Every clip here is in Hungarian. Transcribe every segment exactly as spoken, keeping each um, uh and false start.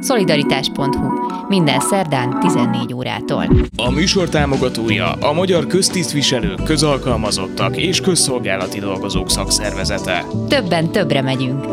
szolidaritás pont hu. Minden szerdán tizennégy órától. A műsor támogatója a Magyar Köztisztviselők, Közalkalmazottak és Közszolgálati Dolgozók Szakszervezete. Többen többre megyünk.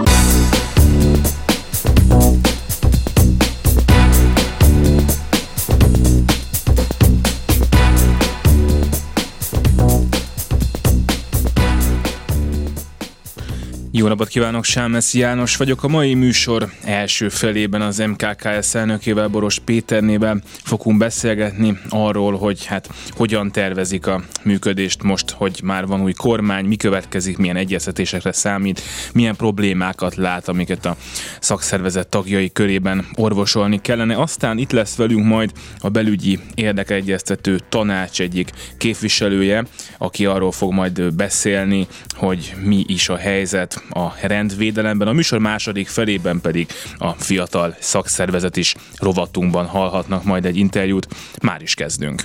Jó napot kívánok, Sámeszi János vagyok. A mai műsor első felében az em ká ká es elnökével, Boros Péternével fogunk beszélgetni arról, hogy hát hogyan tervezik a működést most, hogy már van új kormány, mi következik, milyen egyeztetésekre számít, milyen problémákat lát, amiket a szakszervezet tagjai körében orvosolni kellene. Aztán itt lesz velünk majd a belügyi érdekeegyeztető tanács egyik képviselője, aki arról fog majd beszélni, hogy mi is a helyzet a rendvédelemben. A műsor második felében pedig a fiatal szakszervezet is rovatunkban hallhatnak majd egy interjút. Már is kezdünk.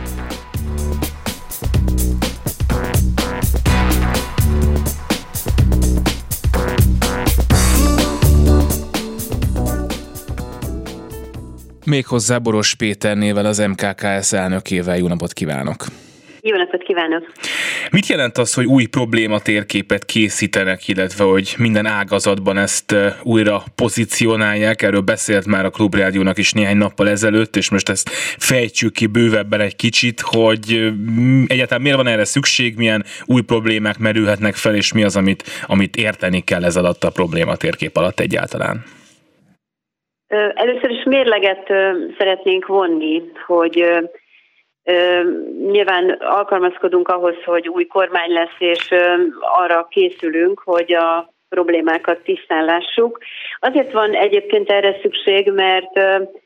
Méghozzá Boros Péternével, az em ká ká es elnökével. Jó napot kívánok! Jó napot kívánok! Mit jelent az, hogy új problématérképet készítenek, illetve hogy minden ágazatban ezt újra pozícionálják? Erről beszélt már a Klubrádiónak is néhány nappal ezelőtt, és most ezt fejtsük ki bővebben egy kicsit, hogy egyáltalán miért van erre szükség, milyen új problémák merülhetnek fel, és mi az, amit, amit érteni kell ez alatt a problématérkép alatt egyáltalán? Először is mérleget szeretnénk vonni, hogy nyilván alkalmazkodunk ahhoz, hogy új kormány lesz, és arra készülünk, hogy a problémákat tisztán lássuk. Azért van egyébként erre szükség, mert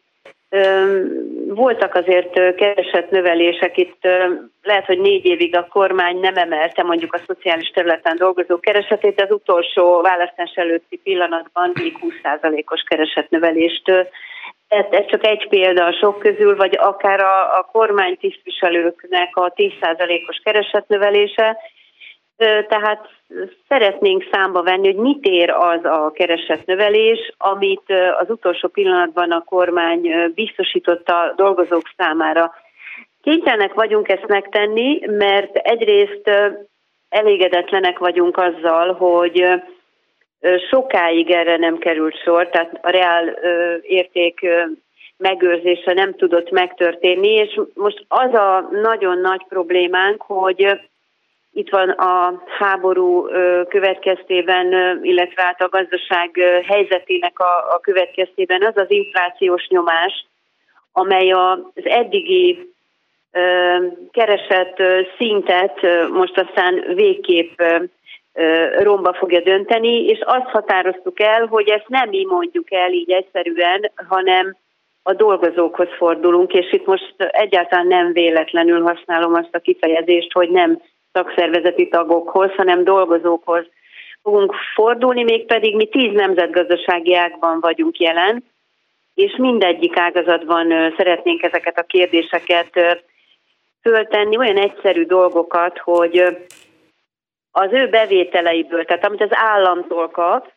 voltak azért keresetnövelések, itt lehet, hogy négy évig a kormány nem emelte mondjuk a szociális területen dolgozók keresetét, az utolsó választás előtti pillanatban még húsz százalékos keresetnövelést. Ez csak egy példa a sok közül, vagy akár a, a kormánytisztviselőknek a tíz százalékos keresetnövelése. Tehát szeretnénk számba venni, hogy mit ér az a keresetnövelés, amit az utolsó pillanatban a kormány biztosította a dolgozók számára. Kénytelenek vagyunk ezt megtenni, mert egyrészt elégedetlenek vagyunk azzal, hogy sokáig erre nem került sor, tehát a reál érték megőrzése nem tudott megtörténni, és most az a nagyon nagy problémánk, hogy itt van a háború következtében, illetve hát a gazdaság helyzetének a, a következtében az az inflációs nyomás, amely az eddigi keresett szintet most aztán végképp romba fogja dönteni, és azt határoztuk el, hogy ezt nem mi mondjuk el így egyszerűen, hanem a dolgozókhoz fordulunk, és itt most egyáltalán nem véletlenül használom azt a kifejezést, hogy nem szakszervezeti tagokhoz, hanem dolgozókhoz fogunk fordulni, mégpedig mi tíz nemzetgazdasági ágban vagyunk jelen, és mindegyik ágazatban szeretnénk ezeket a kérdéseket föltenni, olyan egyszerű dolgokat, hogy az ő bevételeiből, tehát amit az államtól kap,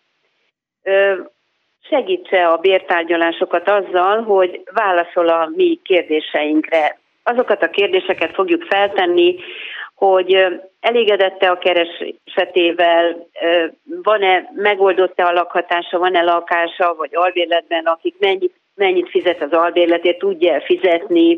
segítse a bértárgyalásokat azzal, hogy válaszol a mi kérdéseinkre. Azokat a kérdéseket fogjuk feltenni, hogy elégedette a keresetével, van-e, megoldott-e a lakhatása, van-e lakása, vagy albérletben, akik mennyit, mennyit fizet az albérletért, tudja fizetni,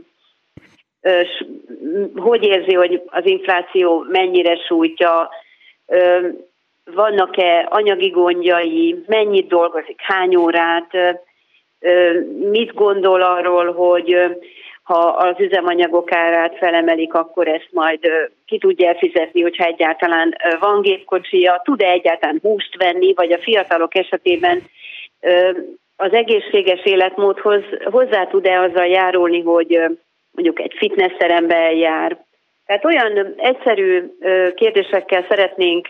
hogy érzi, hogy az infláció mennyire sújtja, vannak-e anyagi gondjai, mennyit dolgozik, hány órát, mit gondol arról, hogy ha az üzemanyagok árát felemelik, akkor ezt majd ki tudja fizetni, hogyha egyáltalán van gépkocsija, tud-e egyáltalán húst venni, vagy a fiatalok esetében az egészséges életmódhoz hozzá tud-e azzal járulni, hogy mondjuk egy fitnessterembe eljár. Tehát olyan egyszerű kérdésekkel szeretnénk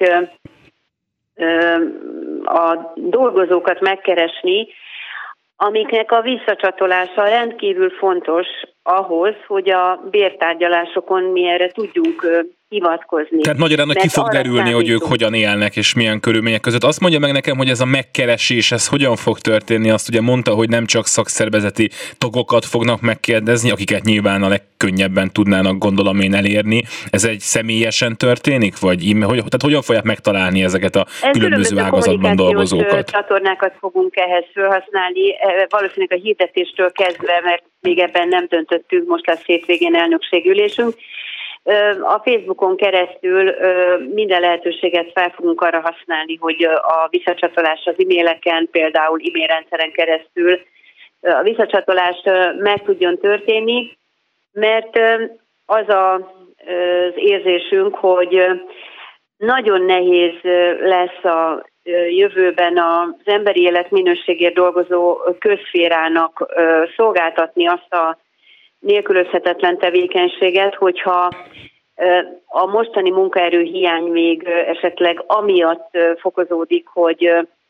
a dolgozókat megkeresni, amiknek a visszacsatolása rendkívül fontos ahhoz, hogy a bértárgyalásokon mi erre tudjunk hivatkozni. Tehát magyarán, hogy ki fog derülni, hogy ők hogyan élnek és milyen körülmények között. Azt mondja meg nekem, hogy ez a megkeresés, ez hogyan fog történni? Azt ugye mondta, hogy nem csak szakszervezeti tagokat fognak megkérdezni, akiket nyilván a legkönnyebben tudnának, gondolom én, elérni. Ez egy személyesen történik? Vagy hogy, tehát hogyan fogják megtalálni ezeket a ez különböző ágazatban dolgozókat? Csatornákat fogunk ehhez felhasználni, valószínűleg a hirdetéstől kezdve, mert még ebben nem döntöttünk, most lesz hétvégén elnökségülésünk. A Facebookon keresztül minden lehetőséget fel fogunk arra használni, hogy a visszacsatolás az e-maileken, például e-mail rendszeren keresztül a visszacsatolás meg tudjon történni, mert az a, az érzésünk, hogy nagyon nehéz lesz a jövőben az emberi élet minőségért dolgozó közszférának szolgáltatni azt a nélkülözhetetlen tevékenységet, hogyha a mostani munkaerő hiány még esetleg amiatt fokozódik, hogy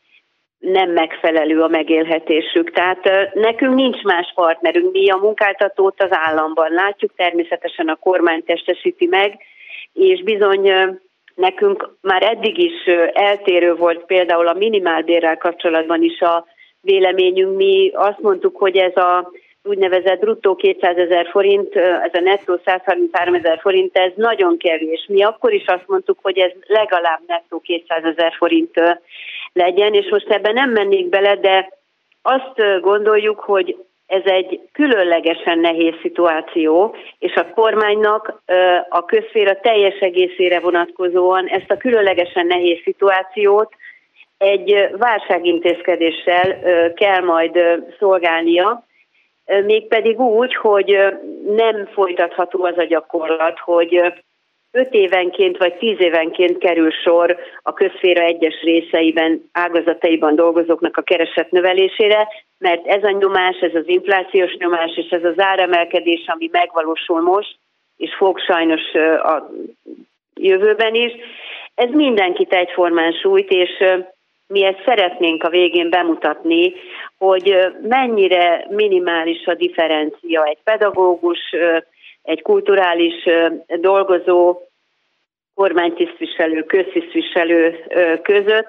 nem megfelelő a megélhetésük. Tehát nekünk nincs más partnerünk, mi a munkáltatót az államban látjuk, természetesen a kormány testesíti meg, és bizony nekünk már eddig is eltérő volt például a minimálbérrel kapcsolatban is a véleményünk. Mi azt mondtuk, hogy ez a úgynevezett bruttó kétszázezer forint, ez a nettó százharmincháromezer forint, ez nagyon kevés. Mi akkor is azt mondtuk, hogy ez legalább nettó kétszázezer forint legyen, és most ebben nem mennék bele, de azt gondoljuk, hogy ez egy különlegesen nehéz szituáció, és a kormánynak a közszféra teljes egészére vonatkozóan ezt a különlegesen nehéz szituációt egy válságintézkedéssel kell majd szolgálnia, mégpedig úgy, hogy nem folytatható az a gyakorlat, hogy öt évenként vagy tíz évenként kerül sor a közszféra egyes részeiben, ágazataiban dolgozóknak a kereset növelésére, mert ez a nyomás, ez az inflációs nyomás és ez az áremelkedés, ami megvalósul most, és fog sajnos a jövőben is, ez mindenkit egyformán sújt, és mi ezt szeretnénk a végén bemutatni, hogy mennyire minimális a differencia egy pedagógus, egy kulturális dolgozó, kormánytisztviselő, köztisztviselő között,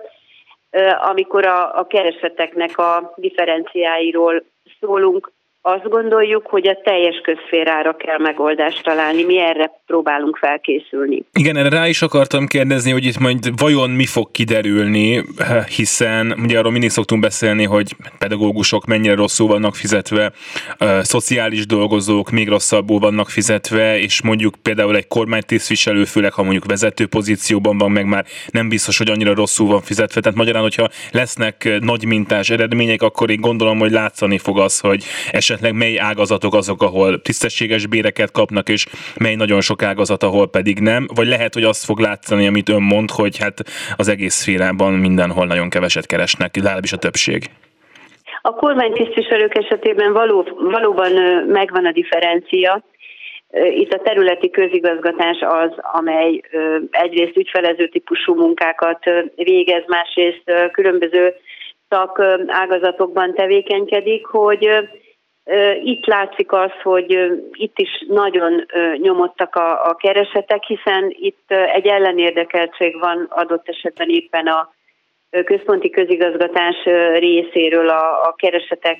amikor a, a kereseteknek a differenciáiról szólunk, azt gondoljuk, hogy a teljes közszférára kell megoldást találni. Mi erre próbálunk felkészülni. Igen, erre rá is akartam kérdezni, hogy itt majd vajon mi fog kiderülni, hiszen ugye arról mindig szoktunk beszélni, hogy pedagógusok mennyire rosszul vannak fizetve, szociális dolgozók még rosszabbul vannak fizetve, és mondjuk például egy kormánytisztviselő, főleg ha mondjuk vezető pozícióban van, meg már nem biztos, hogy annyira rosszul van fizetve. Tehát magyarán, hogyha lesznek nagy mintás eredmények, akkor én gondolom, hogy látszani fog az, hogy esetleg mely ágazatok azok, ahol tisztességes béreket kapnak, és mely nagyon sok ágazat, ahol pedig nem, vagy lehet, hogy azt fog látszani, amit ön mond, hogy hát az egész szférában mindenhol nagyon keveset keresnek, legalábbis a többség. A kormánytisztviselők esetében való, valóban megvan a differencia. Itt a területi közigazgatás az, amely egyrészt ügyfelező típusú munkákat végez, másrészt különböző szakágazatokban tevékenykedik, hogy itt látszik az, hogy itt is nagyon nyomottak a, a keresetek, hiszen itt egy ellenérdekeltség van adott esetben éppen a központi közigazgatás részéről a, a keresetek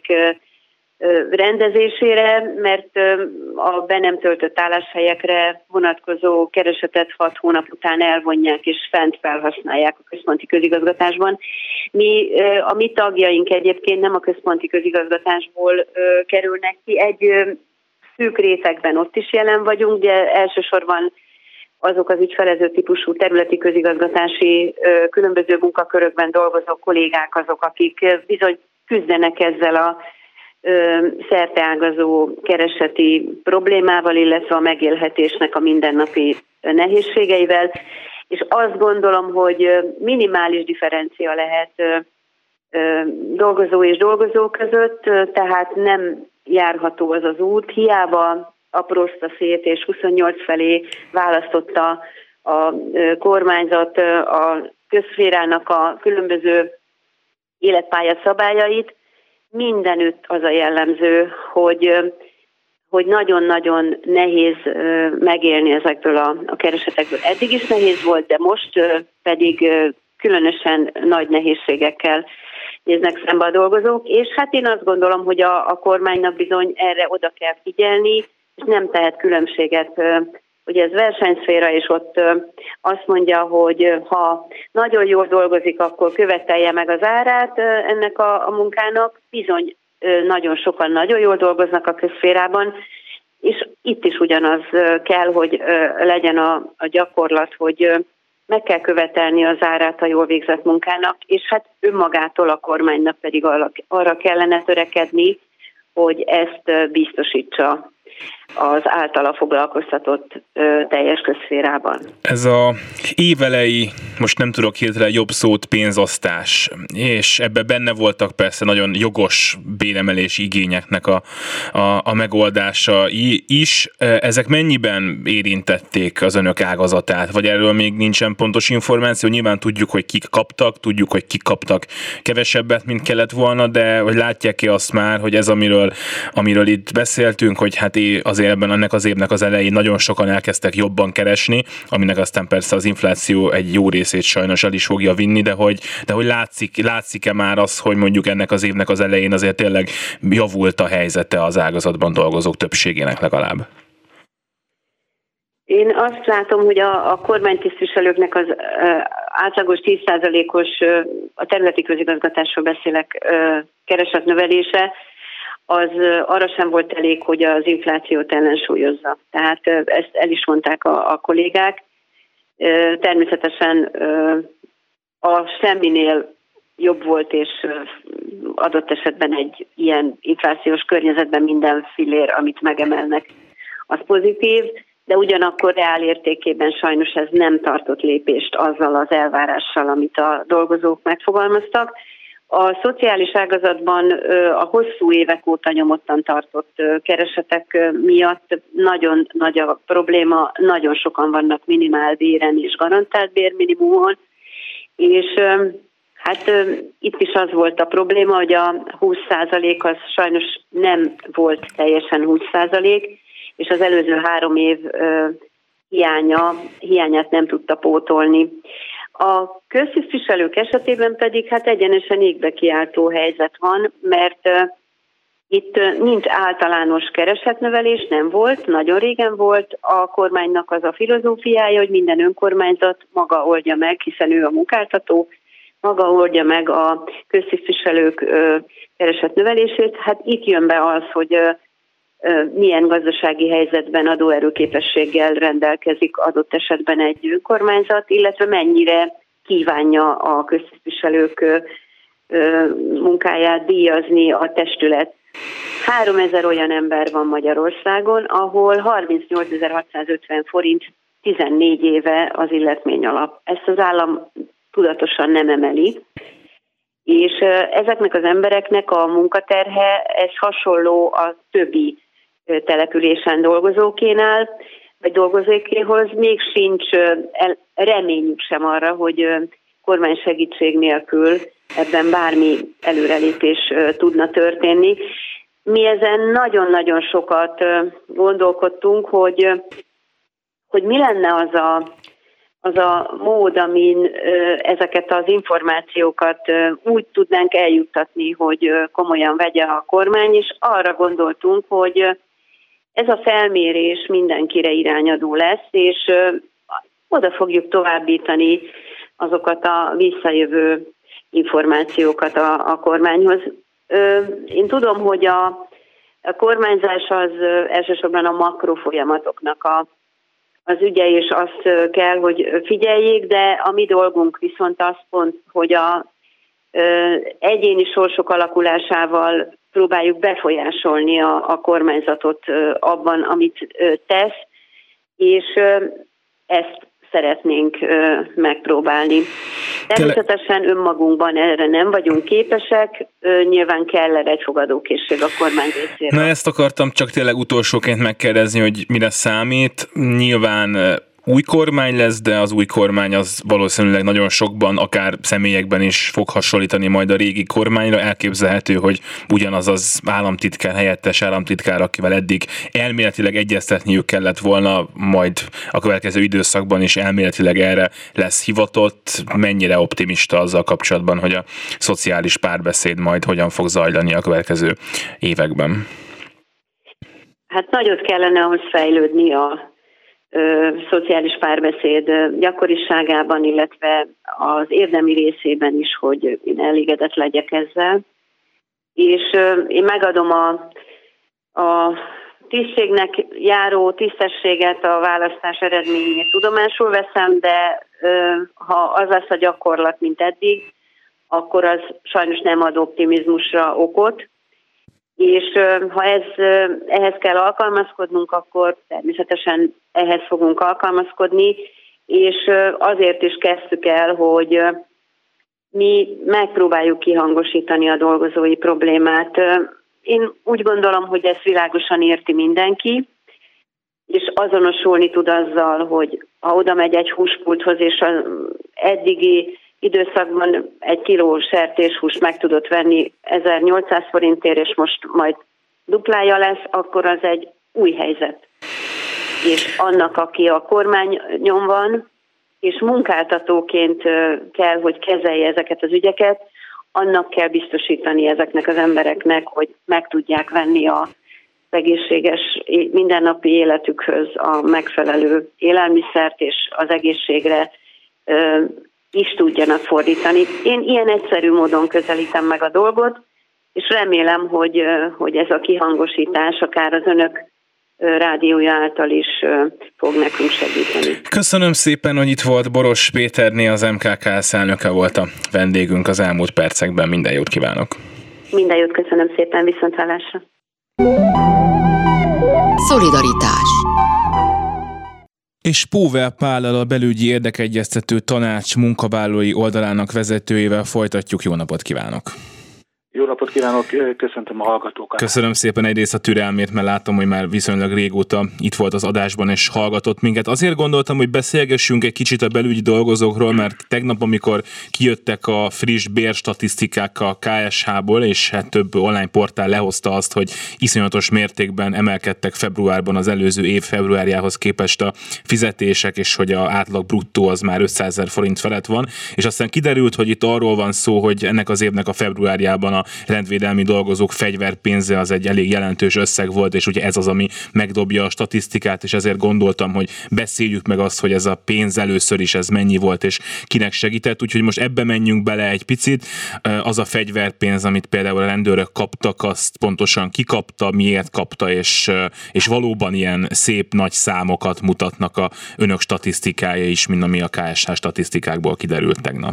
rendezésére, mert a be nem töltött álláshelyekre vonatkozó keresetet hat hónap után elvonják és fent felhasználják a központi közigazgatásban. Mi, a mi tagjaink egyébként nem a központi közigazgatásból kerülnek ki, egy szűk rétegben ott is jelen vagyunk, de elsősorban azok az ügyfelező típusú területi közigazgatási különböző munkakörökben dolgozó kollégák azok, akik bizony küzdenek ezzel a szerteágazó kereseti problémával, illetve a megélhetésnek a mindennapi nehézségeivel, és azt gondolom, hogy minimális differencia lehet dolgozó és dolgozó között, tehát nem járható az az út, hiába aprózta szét és huszonnyolc felé választotta a kormányzat a közszférának a különböző életpálya szabályait, mindenütt az a jellemző, hogy hogy nagyon-nagyon nehéz megélni ezekből a, a keresetekből. Eddig is nehéz volt, de most pedig különösen nagy nehézségekkel néznek szembe a dolgozók, és hát én azt gondolom, hogy a, a kormánynak bizony erre oda kell figyelni, és nem tehet különbséget, hogy ez versenyszféra, és ott azt mondja, hogy ha nagyon jól dolgozik, akkor követelje meg az árát ennek a, a munkának. Bizony nagyon sokan nagyon jól dolgoznak a közszférában, és itt is ugyanaz kell, hogy legyen a, a gyakorlat, hogy meg kell követelni az árát a jól végzett munkának, és hát önmagától a kormánynak pedig arra kellene törekedni, hogy ezt biztosítsa az általa foglalkoztatott ö, teljes közszférában. Ez a évelei, most nem tudok hirtelen jobb szót, pénzosztás, és ebben benne voltak persze nagyon jogos béremelési igényeknek a, a, a megoldása is. Ezek mennyiben érintették az önök ágazatát, vagy erről még nincsen pontos információ? Nyilván tudjuk, hogy kik kaptak, tudjuk, hogy kik kaptak kevesebbet, mint kellett volna, de hogy látják-e azt már, hogy ez, amiről, amiről itt beszéltünk, hogy hát azért ebben ennek az évnek az elején nagyon sokan elkezdtek jobban keresni, aminek aztán persze az infláció egy jó részét sajnos el is fogja vinni, de hogy, de hogy látszik, látszik-e már az, hogy mondjuk ennek az évnek az elején azért tényleg javult a helyzete az ágazatban dolgozók többségének legalább? Én azt látom, hogy a, a kormánytisztviselőknek az uh, átlagos tíz százalékos, uh, a területi közigazgatásról beszélek, uh, keresetnövelése, az arra sem volt elég, hogy az inflációt ellensúlyozza. Tehát ezt el is mondták a, a kollégák. Természetesen a semminél jobb volt, és adott esetben egy ilyen inflációs környezetben minden fillér, amit megemelnek, az pozitív, de ugyanakkor reál értékében sajnos ez nem tartott lépést azzal az elvárással, amit a dolgozók megfogalmaztak. A szociális ágazatban a hosszú évek óta nyomottan tartott keresetek miatt nagyon nagy a probléma, nagyon sokan vannak minimálbéren és garantált bérminimumon, és hát itt is az volt a probléma, hogy a húsz százalék az sajnos nem volt teljesen húsz százalék, és az előző három év hiánya, hiányát nem tudta pótolni. A köztisztviselők esetében pedig hát egyenesen égbe kiáltó helyzet van, mert uh, itt uh, nincs általános keresetnövelés, nem volt, nagyon régen volt. A kormánynak az a filozófiája, hogy minden önkormányzat maga oldja meg, hiszen ő a munkáltató, maga oldja meg a köztisztviselők uh, keresetnövelését. Hát itt jön be az, hogy uh, milyen gazdasági helyzetben adóerőképességgel rendelkezik adott esetben egy önkormányzat, illetve mennyire kívánja a köztisztviselők munkáját díjazni a testület. háromezer olyan ember van Magyarországon, ahol harmincnyolcezer-hatszázötven forint tizennégy éve az illetmény alap. Ezt az állam tudatosan nem emeli, és ezeknek az embereknek a munkaterhe, ez hasonló a többi településen dolgozókénál, vagy dolgozókéhoz, még sincs reményük sem arra, hogy kormány segítség nélkül ebben bármi előrelépés tudna történni. Mi ezen nagyon-nagyon sokat gondolkodtunk, hogy, hogy mi lenne az a, az a mód, amin ezeket az információkat úgy tudnánk eljuttatni, hogy komolyan vegye a kormány, és arra gondoltunk, hogy ez a felmérés mindenkire irányadó lesz, és oda fogjuk továbbítani azokat a visszajövő információkat a, a kormányhoz. Én tudom, hogy a, a kormányzás az elsősorban a makrofolyamatoknak a, az ügye, és azt kell, hogy figyeljék, de a mi dolgunk viszont az pont, hogy a egyéni sorsok alakulásával próbáljuk befolyásolni a, a kormányzatot abban, amit tesz, és ezt szeretnénk megpróbálni. Természetesen önmagunkban erre nem vagyunk képesek, nyilván kell erre egy fogadókészség a kormány részéről. Na ezt akartam csak tényleg utolsóként megkérdezni, hogy mire számít. Nyilván új kormány lesz, de az új kormány az valószínűleg nagyon sokban, akár személyekben is fog hasonlítani majd a régi kormányra. Elképzelhető, hogy ugyanaz az államtitkár, helyettes államtitkár, akivel eddig elméletileg egyeztetniük kellett volna, majd a következő időszakban is elméletileg erre lesz hivatott. Mennyire optimista azzal kapcsolatban, hogy a szociális párbeszéd majd hogyan fog zajlani a következő években? Hát nagyot kellene ahhoz fejlődni a ö, szociális párbeszéd gyakoriságában, illetve az érdemi részében is, hogy én elégedett legyek ezzel. És ö, én megadom a, a tisztségnek járó tisztességet, a választás eredményét tudomásul veszem, de ö, ha az lesz a gyakorlat, mint eddig, akkor az sajnos nem ad optimizmusra okot. És ha ez, ehhez kell alkalmazkodnunk, akkor természetesen ehhez fogunk alkalmazkodni, és azért is kezdtük el, hogy mi megpróbáljuk kihangosítani a dolgozói problémát. Én úgy gondolom, hogy ezt világosan érti mindenki, és azonosulni tud azzal, hogy ha oda megy egy húspulthoz, és az eddigi időszakban egy kiló sertéshúst meg tudott venni ezernyolcszáz forintért, és most majd duplája lesz, akkor az egy új helyzet. És annak, aki a kormányon van, és munkáltatóként kell, hogy kezelje ezeket az ügyeket, annak kell biztosítani ezeknek az embereknek, hogy meg tudják venni az egészséges mindennapi életükhöz a megfelelő élelmiszert, és az egészségre is tudjanak fordítani. Én ilyen egyszerű módon közelítem meg a dolgot, és remélem, hogy, hogy ez a kihangosítás akár az önök rádiója által is fog nekünk segíteni. Köszönöm szépen, hogy itt volt Boros Péterné, az em ká ká es elnöke volt a vendégünk az elmúlt percekben. Minden jót kívánok! Minden jót, köszönöm szépen, viszonthallásra! Szolidaritás. És Póvel Pállal, a belügyi érdekegyeztető tanács munkavállalói oldalának vezetőjével folytatjuk. Jó napot kívánok! Jó napot kívánok, köszöntöm a hallgatókat. Köszönöm szépen egyrészt a türelmét, mert látom, hogy már viszonylag régóta itt volt az adásban és hallgatott minket. Azért gondoltam, hogy beszélgessünk egy kicsit a belügyi dolgozókról, mert tegnap, amikor kijöttek a friss bérstatisztikák a ká es há-ból, és hát több online portál lehozta azt, hogy iszonyatos mértékben emelkedtek februárban az előző év februárjához képest a fizetések, és hogy a átlag bruttó az már ötszázezer forint felett van, és aztán kiderült, hogy itt arról van szó, hogy ennek az évnek a februárjában a rendvédelmi dolgozók fegyverpénze az egy elég jelentős összeg volt, és ugye ez az, ami megdobja a statisztikát, és ezért gondoltam, hogy beszéljük meg azt, hogy ez a pénz először is ez mennyi volt, és kinek segített, úgyhogy most ebbe menjünk bele egy picit. Az a fegyverpénz, amit például a rendőrök kaptak, azt pontosan ki kapta, miért kapta, és, és valóban ilyen szép nagy számokat mutatnak a önök statisztikája is, mint ami a ká es há statisztikákból kiderült tegnap.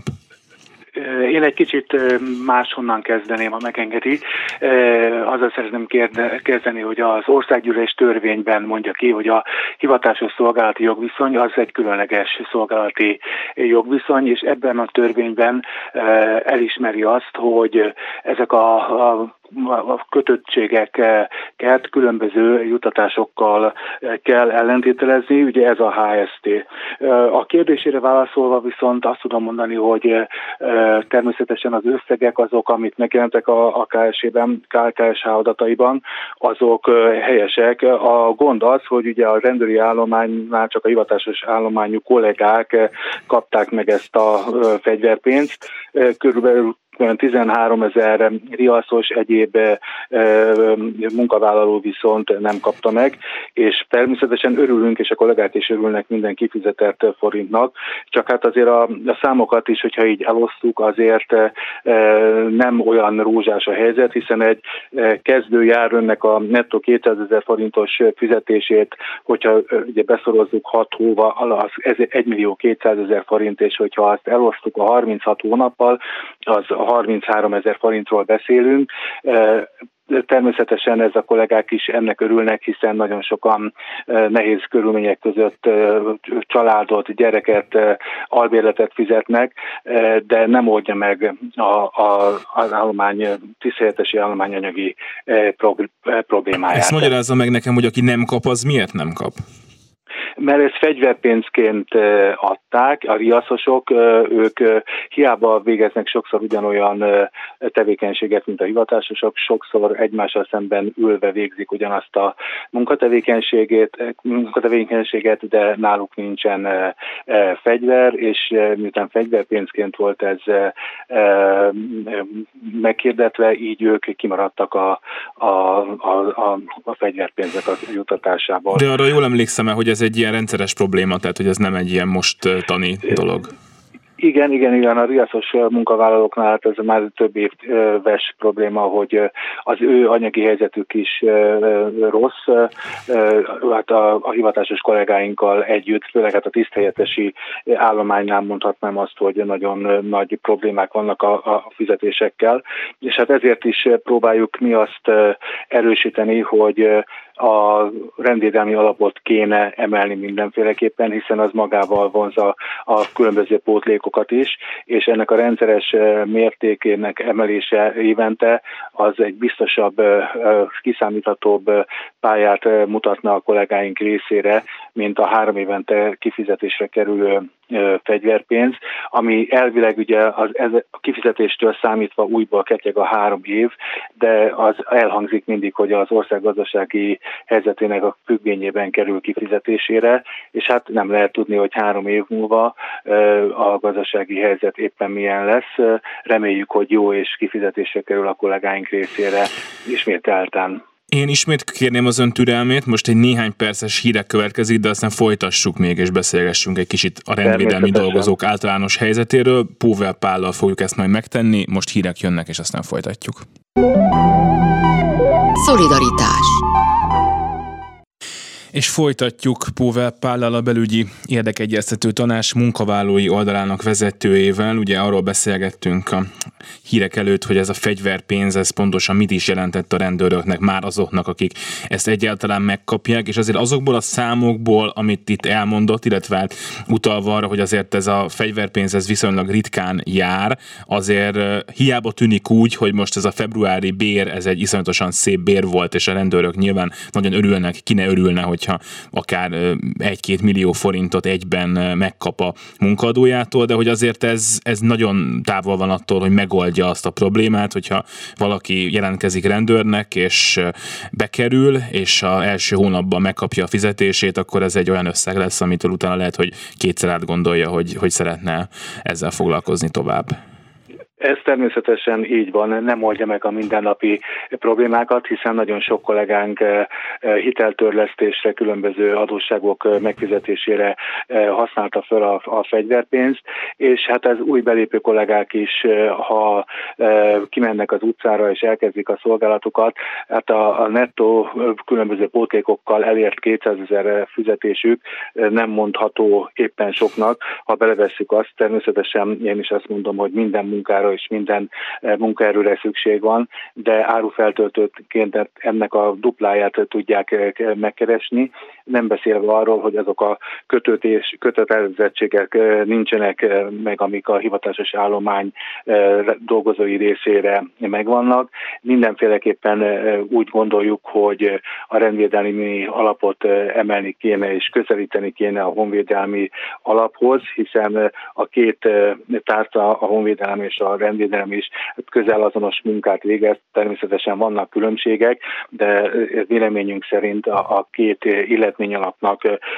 Én egy kicsit máshonnan kezdeném, ha megengedi. Azzal szeretném kezdeni, hogy az országgyűlés törvényben mondja ki, hogy a hivatásos szolgálati jogviszony az egy különleges szolgálati jogviszony, és ebben a törvényben elismeri azt, hogy ezek a, a a kötöttségeket különböző juttatásokkal kell ellentételezni, ugye ez a há es té. A kérdésére válaszolva viszont azt tudom mondani, hogy természetesen az összegek azok, amit megjelentek a ká es há-ben, ká es há adataiban, azok helyesek. A gond az, hogy ugye a rendőri állománynál csak a hivatásos állományú kollégák kapták meg ezt a fegyverpénzt. Körülbelül tizenháromezer riaszos, egyéb e, e, munkavállaló viszont nem kapta meg, és természetesen örülünk, és a kollégák is örülnek minden kifizetett forintnak, csak hát azért a, a számokat is, hogyha így elosztuk, azért e, nem olyan rózsás a helyzet, hiszen egy e, kezdő járőrnek a nettó kétszázezer forintos fizetését, hogyha e, ugye beszorozzuk hat hóval, az egymillió-kétszázezer forint, és hogyha azt elosztuk a harminchat hónappal, az harmincháromezer forintról beszélünk. Természetesen ez a kollégák is ennek örülnek, hiszen nagyon sokan nehéz körülmények között családot, gyereket, albérletet fizetnek, de nem oldja meg a, a, az állomány, tiszthelyettesi állományanyagi problémáját. Ezt magyarázza meg nekem, hogy aki nem kap, az miért nem kap? mert ezt fegyverpénzként adták, a riaszosok, ők hiába végeznek sokszor ugyanolyan tevékenységet, mint a hivatásosok, sokszor egymással szemben ülve végzik ugyanazt a munkatevékenységet, munkatevékenységet, de náluk nincsen fegyver, és miután fegyverpénzként volt ez meghirdetve, így ők kimaradtak a, a, a, a, a fegyverpénzek a juttatásából. De arra jól emlékszem, hogy ez egy ilyen rendszeres probléma, tehát hogy ez nem egy ilyen mostani dolog. Igen, igen, igen, a riaszos munkavállalóknál hát ez már több éves probléma, hogy az ő anyagi helyzetük is rossz, hát a, a hivatásos kollégáinkkal együtt, főleg hát a tiszthelyettesi állománynál mondhatnám azt, hogy nagyon nagy problémák vannak a, a fizetésekkel, és hát ezért is próbáljuk mi azt erősíteni, hogy a rendvédelmi alapot kéne emelni mindenféleképpen, hiszen az magával vonza a különböző pótlékokat is, és ennek a rendszeres mértékének emelése évente az egy biztosabb, kiszámíthatóbb pályát mutatna a kollégáink részére, mint a három évente kifizetésre kerülő fegyverpénz, ami elvileg ugye az, ez a kifizetéstől számítva újból ketyeg a három év, de az elhangzik mindig, hogy az ország gazdasági helyzetének a függvényében kerül kifizetésére, és hát nem lehet tudni, hogy három év múlva a gazdasági helyzet éppen milyen lesz. Reméljük, hogy jó és kifizetésre kerül a kollégáink részére ismételten. Én ismét kérném az ön türelmét, most egy néhány perces hírek következik, de aztán folytassuk még, és beszélgessünk egy kicsit a rendvédelmi dolgozók általános helyzetéről. Póvel Pállal fogjuk ezt majd megtenni, most hírek jönnek, és aztán folytatjuk. Szolidaritás. És folytatjuk Póvel Pállal, a belügyi érdekegyeztető tanács munkavállalói oldalának vezetőjével. Ugye arról beszélgettünk a hírek előtt, hogy ez a fegyverpénz, ez pontosan mit is jelentett a rendőröknek, már azoknak, akik ezt egyáltalán megkapják, és azért azokból a számokból, amit itt elmondott, illetve utalva arra, hogy azért ez a fegyverpénz ez viszonylag ritkán jár, azért hiába tűnik úgy, hogy most ez a februári bér, ez egy iszonyatosan szép bér volt, és a rendőrök nyilván nagyon örülnek, ki ne örülne, hogyha akár egy-két millió forintot egyben megkap a munkaadójától, de hogy azért ez, ez nagyon távol van attól, hogy megoldja azt a problémát, hogyha valaki jelentkezik rendőrnek, és bekerül, és az első hónapban megkapja a fizetését, akkor ez egy olyan összeg lesz, amitől utána lehet, hogy kétszer átgondolja, hogy, hogy szeretne ezzel foglalkozni tovább. Ez természetesen így van, nem oldja meg a mindennapi problémákat, hiszen nagyon sok kollégánk hiteltörlesztésre, különböző adósságok megfizetésére használta fel a, a fegyverpénzt, és hát ez új belépő kollégák is, ha kimennek az utcára és elkezdik a szolgálatukat, hát a, a nettó különböző pótlékokkal elért kétszázezer fizetésük nem mondható éppen soknak. Ha belevesszük azt, természetesen én is azt mondom, hogy minden munkára és minden munkaerőre szükség van, de árufeltöltőként ennek a dupláját tudják megkeresni, nem beszélve arról, hogy azok a kötőtés, kötelezettségek nincsenek meg, amik a hivatásos állomány dolgozói részére megvannak. Mindenféleképpen úgy gondoljuk, hogy a rendvédelmi alapot emelni kéne és közelíteni kéne a honvédelmi alaphoz, hiszen a két tárca, a honvédelem és a rendvédelem is közel azonos munkát végez. Természetesen vannak különbségek, de véleményünk szerint a két illetményalapnak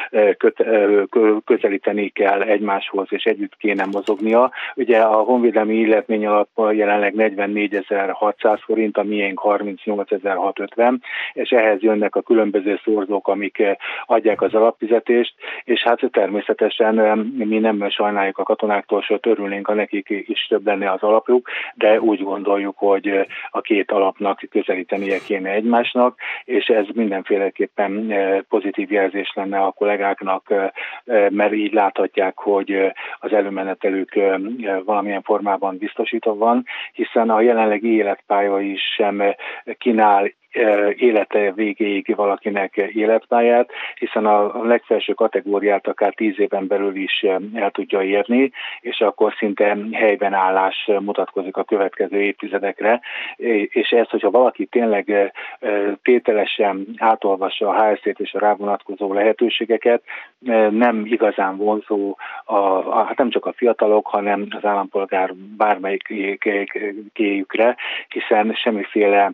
közelíteni kell egymáshoz, és együtt kéne mozognia. Ugye a honvédelmi illetményalap jelenleg negyvennégyezer-hatszáz forint, a miénk harmincnyolcezer-hatszázötven, és ehhez jönnek a különböző szorzók, amik adják az alapfizetést, és hát természetesen mi nem sajnáljuk a katonáktól, sőt örülnénk, ha nekik is több lenne az alapjuk, de úgy gondoljuk, hogy a két alapnak közelítenie kéne egymásnak, és ez mindenféleképpen pozitív jelzés lenne a kollégáknak, mert így láthatják, hogy az előmenetelük valamilyen formában biztosítva van, hiszen a jelenlegi életpálya is sem kínál élete végéig valakinek életpályát, hiszen a legfelső kategóriát akár tíz éven belül is el tudja érni, és akkor szinte helyben állás mutatkozik a következő évtizedekre, és ez, hogyha valaki tényleg tételesen átolvassa a há es zét és a rá vonatkozó lehetőségeket, nem igazán vonzó, a, a, hát nem csak a fiatalok, hanem az állampolgár bármelyikjükre, hiszen semmiféle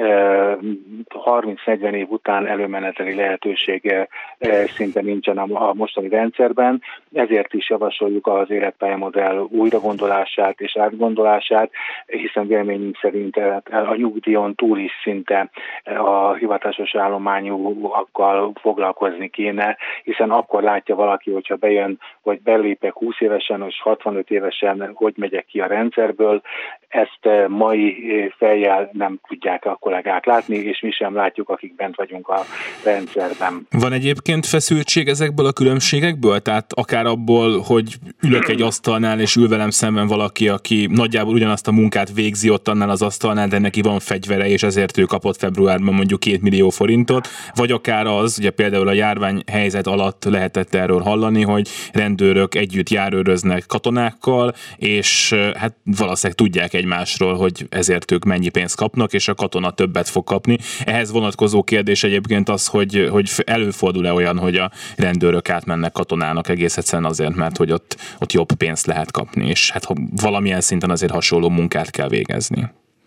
harminc-negyven év után előmeneteli lehetőség szinte nincsen a mostani rendszerben, ezért is javasoljuk az életpályamodell újragondolását és átgondolását, hiszen véleményünk szerint a nyugdíjon túl is szinte a hivatásos állományúakkal foglalkozni kéne, hiszen akkor látja valaki, hogyha bejön, hogy belépek húsz évesen, és hatvanöt évesen, hogy megyek ki a rendszerből, ezt mai fejjel nem tudják a kollégák látni, és mi sem látjuk, akik bent vagyunk a rendszerben. Van egyébként feszültség ezekből a különbségekből? Tehát akár abból, hogy ülök egy asztalnál, és ül velem szemben valaki, aki nagyjából ugyanazt a munkát végzi ott annál az asztalnál, de neki van fegyvere, és ezért ő kapott februárban mondjuk két millió forintot, vagy akár az, ugye például a járványhelyzet alatt lehetett erről hallani, hogy rendőrök együtt járőröznek katonákkal, és hát valószínűleg tudják egymásról, hogy ezért ők mennyi pénzt kapnak, és a katona többet fog kapni. Ehhez vonatkozó kérdés egyébként az, hogy, hogy előfordul-e olyan, hogy a rendőrök átmennek katonának egész egyszerűen azért, mert hogy ott, ott jobb pénzt lehet kapni, és hát valamilyen szinten azért hasonló munkát kell végezni.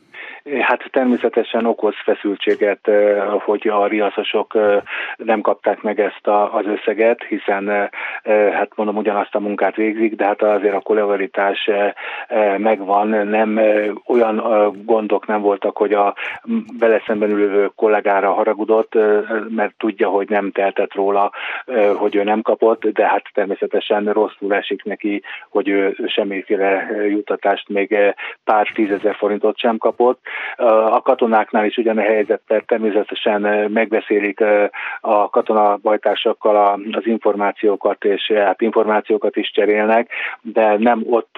Hát természetesen okoz feszültséget, hogy a riaszosok nem kapták meg ezt az összeget, hiszen hát mondom, ugyanazt a munkát végzik, de hát azért a kollegialitás megvan, nem olyan gondok nem voltak, hogy a vele szemben ülő kollégára haragudott, mert tudja, hogy nem teltett róla, hogy ő nem kapott, de hát természetesen rosszul esik neki, hogy ő semmiféle juttatást, még pár tízezer forintot sem kapott. A katonáknál is ugyan a helyzet, természetesen megbeszélik a katonabajtársakkal az információkat, és hát információkat is cserélnek, de nem ott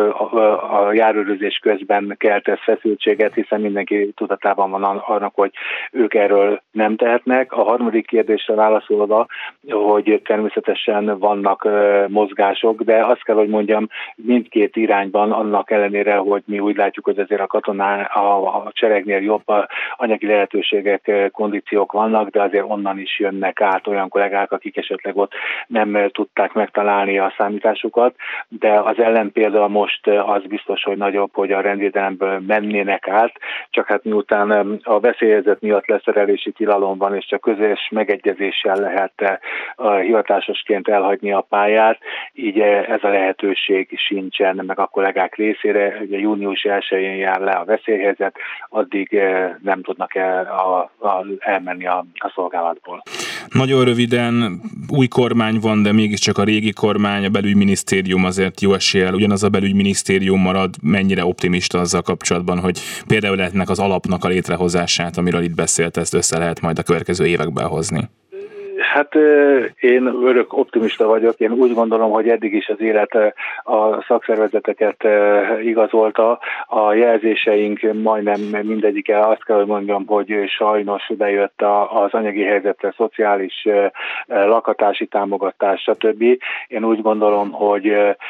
a járőrözés közben kelt ez feszültséget, hiszen mindenki tudatában van annak, hogy ők erről nem tehetnek. A harmadik kérdésre válaszolva, hogy természetesen vannak mozgások, de azt kell, hogy mondjam, mindkét irányban, annak ellenére, hogy mi úgy látjuk, hogy azért a katoná, a, a cseregnél jobb anyagi lehetőségek, kondíciók vannak, de azért onnan is jönnek át olyan kollégák, akik esetleg ott nem tudták megtalálni a számításukat, de az ellenpélda most az biztos, hogy nagyobb, hogy a rendvédelemből mennének át, csak hát miután a veszélyhelyzet miatt leszerelési tilalom van, és csak közös megegyezéssel lehet hivatásosként elhagyni a pályát, így ez a lehetőség sincsen meg a kollégák részére. Ugye június elsején jár le a veszélyhelyzet, addig nem tudnak el, a, a, elmenni a, a szolgálatból. Nagyon röviden, új kormány van, de mégiscsak a régi kormány, a belügyminisztérium azért jó eséllyel, ugyanaz a belügyminisztérium marad, mennyire optimista azzal kapcsolatban, hogy például ennek az alapnak a létrehozását, amiről itt beszélt, ezt össze lehet majd a következő években hozni? Hát én örök optimista vagyok, én úgy gondolom, hogy eddig is az élet a szakszervezeteket igazolta. A jelzéseink majdnem mindegyike, azt kell, hogy mondjam, hogy sajnos bejött az anyagi helyzetre, szociális lakhatási támogatás, stb. Én úgy gondolom, hogy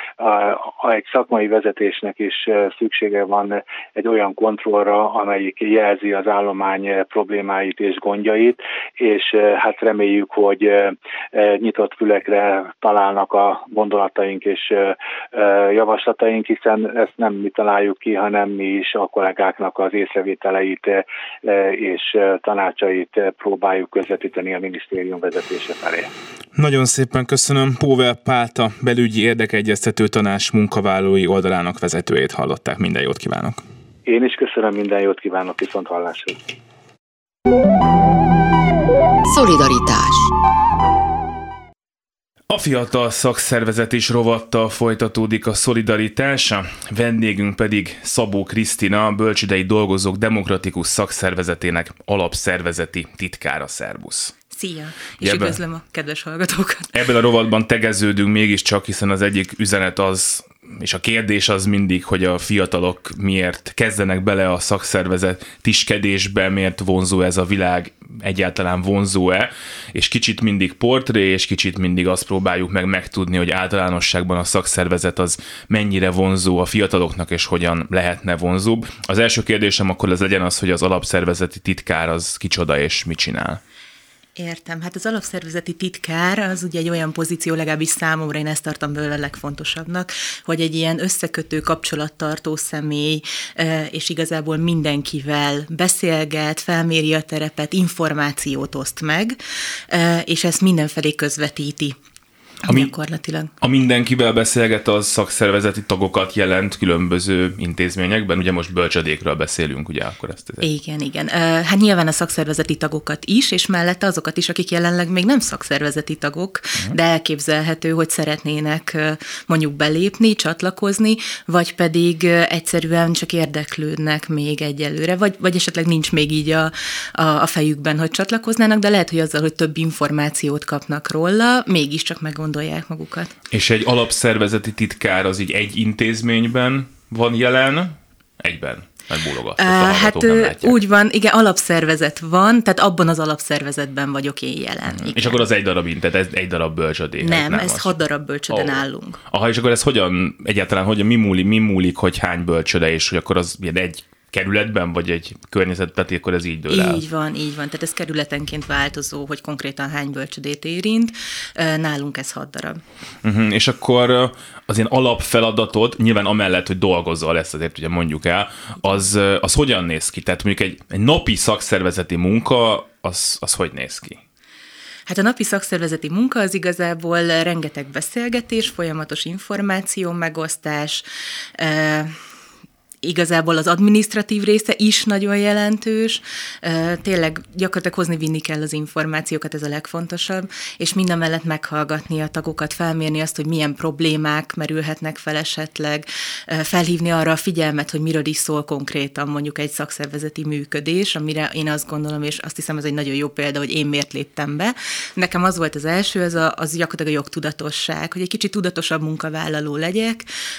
egy szakmai vezetésnek is szüksége van egy olyan kontrollra, amelyik jelzi az állomány problémáit és gondjait, és hát reméljük, hogy nyitott fülekre találnak a gondolataink és javaslataink, hiszen ezt nem mi találjuk ki, hanem mi is a kollégáknak az észrevételeit és tanácsait próbáljuk közvetíteni a minisztérium vezetése felé. Nagyon szépen köszönöm. Póvel Pálta belügyi érdekegyeztető tanács munkavállalói oldalának vezetőjét hallották. Minden jót kívánok! Én is köszönöm, minden jót kívánok, viszont hallásra! Szolidaritás. A fiatal szakszervezetés rovattal folytatódik a Szolidaritás, a vendégünk pedig Szabó Krisztina, a Bölcsődei Dolgozók Demokratikus Szakszervezetének alapszervezeti titkára. Szervusz! Szia! És Ebben, üdvözlöm a kedves hallgatókat! Ebben a rovatban tegeződünk mégiscsak, hiszen az egyik üzenet az és a kérdés az mindig, hogy a fiatalok miért kezdenek bele a szakszervezetiskedésbe, miért vonzó ez a világ, egyáltalán vonzó-e, és kicsit mindig portré, és kicsit mindig azt próbáljuk meg megtudni, hogy általánosságban a szakszervezet az mennyire vonzó a fiataloknak, és hogyan lehetne vonzóbb. Az első kérdésem akkor az legyen az, hogy az alapszervezeti titkár az kicsoda és mit csinál. Értem. Hát az alapszervezeti titkár az ugye egy olyan pozíció, legalábbis számomra, én ezt tartom belőle a legfontosabbnak, hogy egy ilyen összekötő, kapcsolattartó személy, és igazából mindenkivel beszélget, felméri a terepet, információt oszt meg, és ezt mindenfelé közvetíti. Ami, gyakorlatilag. A mindenkivel beszélget, az szakszervezeti tagokat jelent különböző intézményekben, ugye most bölcsödékről beszélünk, ugye akkor ezt... Ezért. Igen, igen. Hát nyilván a szakszervezeti tagokat is, és mellette azokat is, akik jelenleg még nem szakszervezeti tagok, uh-huh. de elképzelhető, hogy szeretnének mondjuk belépni, csatlakozni, vagy pedig egyszerűen csak érdeklődnek még egyelőre, vagy, vagy esetleg nincs még így a, a, a fejükben, hogy csatlakoznának, de lehet, hogy azzal, hogy több információt kapnak róla, mégiscsak meggondolják magukat. És egy alapszervezeti titkár az így egy intézményben van jelen? Egyben? Megbólogat. Uh, hát úgy van, igen, alapszervezet van, tehát abban az alapszervezetben vagyok én jelen. Uh-huh. És akkor az egy darab intet, ez egy darab bölcsödé. Nem, nem ez az. hat darab bölcsöden oh. állunk. Aha, és akkor ez hogyan, egyáltalán hogyan, mi múlik, mi múlik, hogy hány bölcsöde, és hogy akkor az ilyen egy kerületben, vagy egy környezetben, akkor ez így dől el. Így van, így van. Tehát ez kerületenként változó, hogy konkrétan hány bölcsödét érint. Nálunk ez hat darab. Uh-huh. És akkor az ilyen alapfeladatod, nyilván amellett, hogy dolgozol, ezt azért ugye mondjuk el, az, az hogyan néz ki? Tehát mondjuk egy, egy napi szakszervezeti munka, az, az hogy néz ki? Hát a napi szakszervezeti munka az igazából rengeteg beszélgetés, folyamatos információ megosztás, eh, igazából az adminisztratív része is nagyon jelentős, tényleg gyakorlatilag hozni-vinni kell az információkat, ez a legfontosabb, és minden mellett meghallgatni a tagokat, felmérni azt, hogy milyen problémák merülhetnek fel esetleg, felhívni arra a figyelmet, hogy miről is szól konkrétan mondjuk egy szakszervezeti működés, amire én azt gondolom, és azt hiszem, ez egy nagyon jó példa, hogy én miért léptem be. Nekem az volt az első, az, a, az gyakorlatilag a jogtudatosság, hogy egy kicsit tudatosabb munkavállaló legyek,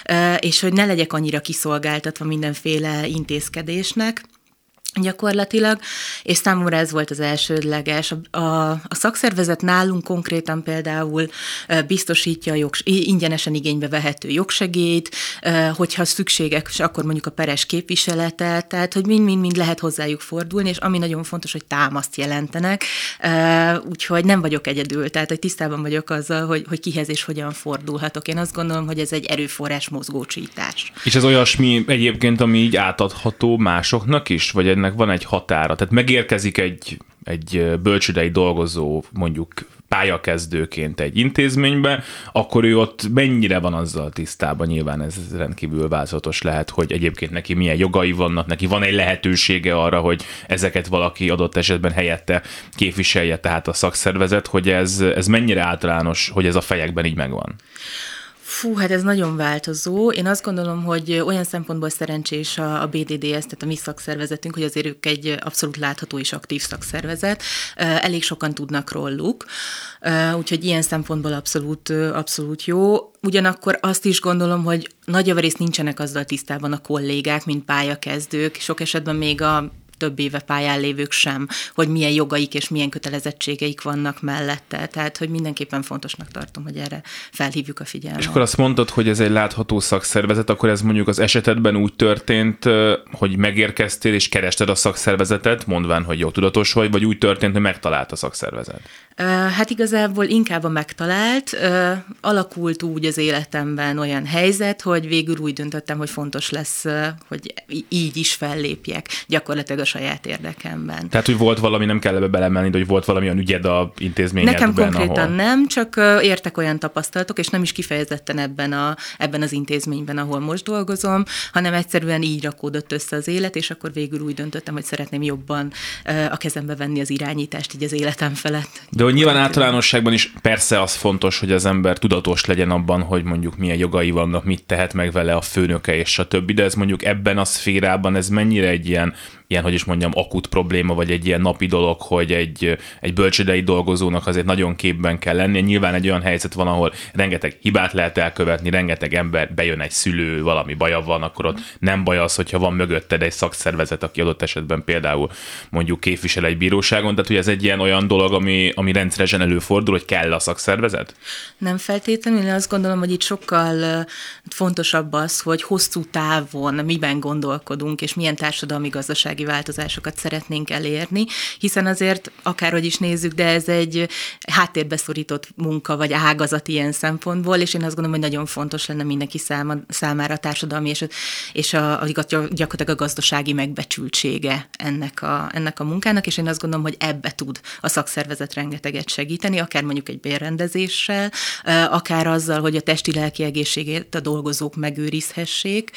és hogy ne legyek annyira kiszolgáltatva mindenféle intézkedésnek gyakorlatilag, és számomra ez volt az elsődleges. A, a, a szakszervezet nálunk konkrétan például biztosítja a jogs, ingyenesen igénybe vehető jogsegélyt, hogyha szükséges, akkor mondjuk a peres képviseletet, tehát hogy mind-mind-mind lehet hozzájuk fordulni, és ami nagyon fontos, hogy támaszt jelentenek, úgyhogy nem vagyok egyedül, tehát hogy tisztában vagyok azzal, hogy, hogy kihez és hogyan fordulhatok. Én azt gondolom, hogy ez egy erőforrás mozgósítás. És ez olyasmi egyébként, ami így átadható másoknak is, vagy ennek van egy határa? Tehát megérkezik egy, egy bölcsődei dolgozó, mondjuk pályakezdőként egy intézménybe, akkor ő ott mennyire van azzal tisztában? Nyilván ez rendkívül változatos lehet, hogy egyébként neki milyen jogai vannak, neki van egy lehetősége arra, hogy ezeket valaki adott esetben helyette képviselje, tehát a szakszervezet, hogy ez, ez mennyire általános, hogy ez a fejekben így megvan? Fú, hát ez nagyon változó. Én azt gondolom, hogy olyan szempontból szerencsés a, a bé dé dé es, tehát a mi szakszervezetünk, hogy azért ők egy abszolút látható és aktív szakszervezet. Elég sokan tudnak róluk, úgyhogy ilyen szempontból abszolút, abszolút jó. Ugyanakkor azt is gondolom, hogy nagy javarészt nincsenek azzal tisztában a kollégák, mint pályakezdők. Sok esetben még a több éve pályán lévők sem, hogy milyen jogaik és milyen kötelezettségeik vannak mellette. Tehát, hogy mindenképpen fontosnak tartom, hogy erre felhívjuk a figyelmet. És akkor azt mondtad, hogy ez egy látható szakszervezet, akkor ez mondjuk az esetedben úgy történt, hogy megérkeztél és kerested a szakszervezetet, mondván, hogy jó tudatos vagy, vagy úgy történt, hogy megtalált a szakszervezet? Hát igazából inkább a megtalált. Alakult úgy az életemben olyan helyzet, hogy végül úgy döntöttem, hogy fontos lesz, hogy így is fellépjek gyakorlatilag a saját érdekemben. Tehát, hogy volt valami, nem kell ebbe belemenni, de hogy volt valami olyan ügyed a intézményedben, nekem konkrétan ahol... nem, csak értek olyan tapasztalatok, és nem is kifejezetten ebben, a, ebben az intézményben, ahol most dolgozom, hanem egyszerűen így rakódott össze az élet, és akkor végül úgy döntöttem, hogy szeretném jobban a kezembe venni az irányítást így az életem felett. De hogy nyilván általánosságban is persze az fontos, hogy az ember tudatos legyen abban, hogy mondjuk milyen jogai vannak, mit tehet meg vele a főnöke és a többi, de ez mondjuk ebben a szférában ez mennyire egy ilyen ilyen, hogy is mondjam, akut probléma, vagy egy ilyen napi dolog, hogy egy, egy bölcsődei dolgozónak azért nagyon képben kell lennie. Nyilván egy olyan helyzet van, ahol rengeteg hibát lehet elkövetni, rengeteg ember, bejön egy szülő, valami baja van, akkor ott nem baj az, hogyha van mögötted egy szakszervezet, aki adott esetben például mondjuk képvisel egy bíróságon, tehát ugye ez egy ilyen olyan dolog, ami, ami rendszeresen előfordul, hogy kell a szakszervezet? Nem feltétlenül, én azt gondolom, hogy itt sokkal fontosabb az, hogy hosszú távon miben gondolkodunk, és milyen társadalmi gazdasági változásokat szeretnénk elérni, hiszen azért akárhogy is nézzük, de ez egy háttérbe szorított munka, vagy ágazat ilyen szempontból, és én azt gondolom, hogy nagyon fontos lenne mindenki száma, számára a társadalmi és, és a, a, gyakorlatilag a gazdasági megbecsültsége ennek a, ennek a munkának, és én azt gondolom, hogy ebbe tud a szakszervezet rengeteget segíteni, akár mondjuk egy bérrendezéssel, akár azzal, hogy a testi-lelki egészségét a dolgozók megőrizhessék,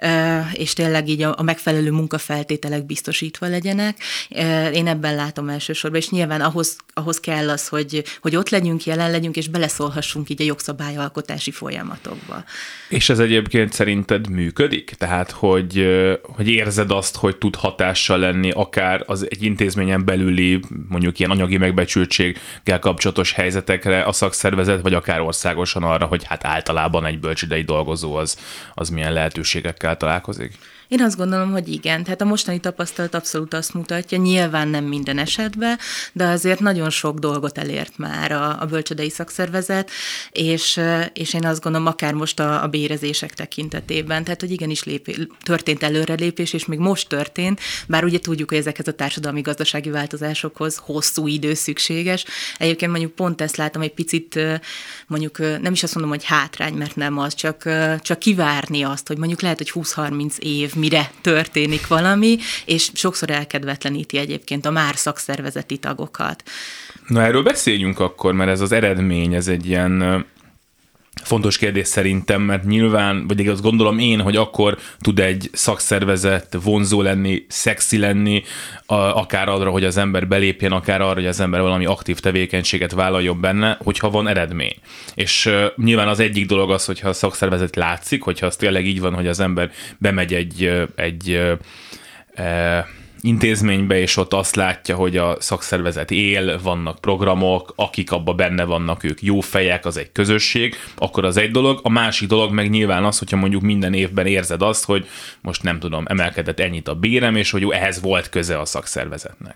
és tényleg így a megfelelő munkafeltételek biztosítva legyenek. Én ebben látom elsősorban, és nyilván ahhoz, ahhoz kell az, hogy, hogy ott legyünk, jelen legyünk, és beleszólhassunk így a jogszabályalkotási folyamatokba. És ez egyébként szerinted működik? Tehát, hogy, hogy érzed azt, hogy tud hatással lenni akár az egy intézményen belüli, mondjuk ilyen anyagi megbecsültséggel kapcsolatos helyzetekre a szakszervezet, vagy akár országosan arra, hogy hát általában egy bölcsődei dolgozó az, az milyen lehetőségekkel találkozik? Én azt gondolom, hogy igen. Tehát a mostani tapasztalat abszolút azt mutatja, nyilván nem minden esetben, de azért nagyon sok dolgot elért már a, a bölcsődei szakszervezet, és, és én azt gondolom, akár most a, a bérezések tekintetében, tehát hogy igenis lépé, történt előrelépés, és még most történt, bár ugye tudjuk, hogy ezekhez a társadalmi gazdasági változásokhoz hosszú idő szükséges. Egyébként mondjuk pont ezt látom egy picit, mondjuk nem is azt mondom, hogy hátrány, mert nem az, csak, csak kivárni azt, hogy mondjuk lehet, hogy húsz-harminc év mire történik valami, és sokszor elkedvetleníti egyébként a már szakszervezeti tagokat. Na erről beszéljünk akkor, mert ez az eredmény, ez egy ilyen fontos kérdés szerintem, mert nyilván, vagy azt gondolom én, hogy akkor tud egy szakszervezet vonzó lenni, szexi lenni, akár arra, hogy az ember belépjen, akár arra, hogy az ember valami aktív tevékenységet vállaljon benne, hogyha van eredmény. És uh, nyilván az egyik dolog az, hogyha a szakszervezet látszik, hogyha az tényleg így van, hogy az ember bemegy egy, egy uh, uh, intézménybe, és ott azt látja, hogy a szakszervezet él, vannak programok, akik abban benne vannak, ők jó fejek, az egy közösség, akkor az egy dolog. A másik dolog meg nyilván az, hogyha mondjuk minden évben érzed azt, hogy most nem tudom, emelkedett ennyit a bérem, és hogy ehhez volt köze a szakszervezetnek.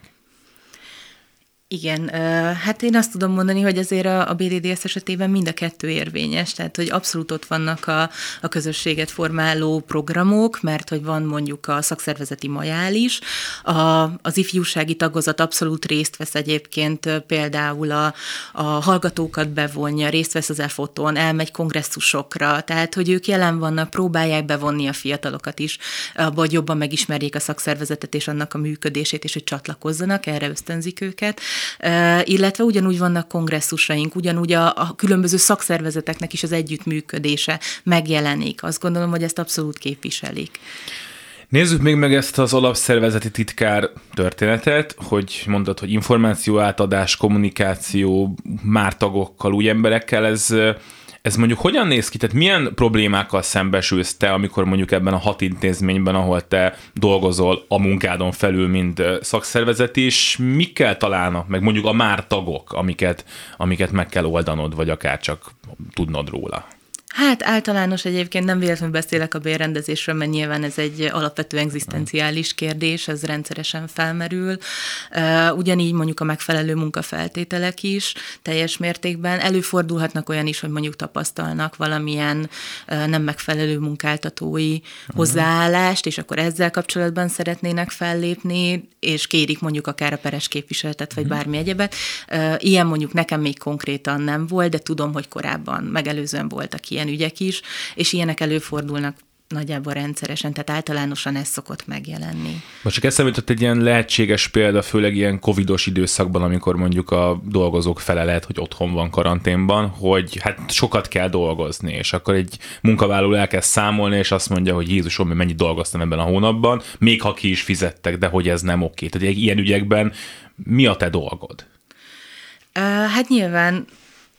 Igen, hát én azt tudom mondani, hogy azért a, a bé dé dé es esetében mind a kettő érvényes, tehát hogy abszolút ott vannak a, a közösséget formáló programok, mert hogy van mondjuk a szakszervezeti majál is, a, az ifjúsági tagozat abszolút részt vesz egyébként, például a, a hallgatókat bevonja, részt vesz az e fotón, elmegy kongresszusokra, tehát hogy ők jelen vannak, próbálják bevonni a fiatalokat is, abba, hogy jobban megismerjék a szakszervezetet és annak a működését, és hogy csatlakozzanak, erre ösztönzik őket. Uh, illetve ugyanúgy vannak kongresszusaink, ugyanúgy a, a különböző szakszervezeteknek is az együttműködése megjelenik. Azt gondolom, hogy ezt abszolút képviselik. Nézzük még meg ezt az alapszervezeti titkár történetet, hogy mondtad, hogy információ átadás, kommunikáció, már tagokkal, új emberekkel, ez... Ez mondjuk hogyan néz ki? Tehát milyen problémákkal szembesülsz te, amikor mondjuk ebben a hat intézményben, ahol te dolgozol a munkádon felül, mind szakszervezet is, mikkel találnak meg mondjuk a már tagok, amiket, amiket meg kell oldanod, vagy akár csak tudnod róla? Hát általános egyébként nem véletlenül beszélek a bérrendezésről, mert nyilván ez egy alapvető egzisztenciális kérdés, ez rendszeresen felmerül. Ugyanígy mondjuk a megfelelő munkafeltételek is teljes mértékben. Előfordulhatnak olyan is, hogy mondjuk tapasztalnak valamilyen nem megfelelő munkáltatói uh-huh. hozzáállást, és akkor ezzel kapcsolatban szeretnének fellépni, és kérik mondjuk akár a peres képviseletet, vagy uh-huh. bármi egyebet. Ilyen mondjuk nekem még konkrétan nem volt, de tudom, hogy korábban megelőzően voltak ilyen ügyek is, és ilyenek előfordulnak nagyjából rendszeresen, tehát általánosan ez szokott megjelenni. Most csak eszembe jutott egy ilyen lehetséges példa, főleg ilyen covidos időszakban, amikor mondjuk a dolgozók fele lehet, hogy otthon van karanténban, hogy hát sokat kell dolgozni, és akkor egy munkavállaló elkezd számolni, és azt mondja, hogy Jézusom, én mennyit dolgoztam ebben a hónapban, még ha ki is fizettek, de hogy ez nem oké. Tehát ilyen ügyekben mi a te dolgod? Uh, hát nyilván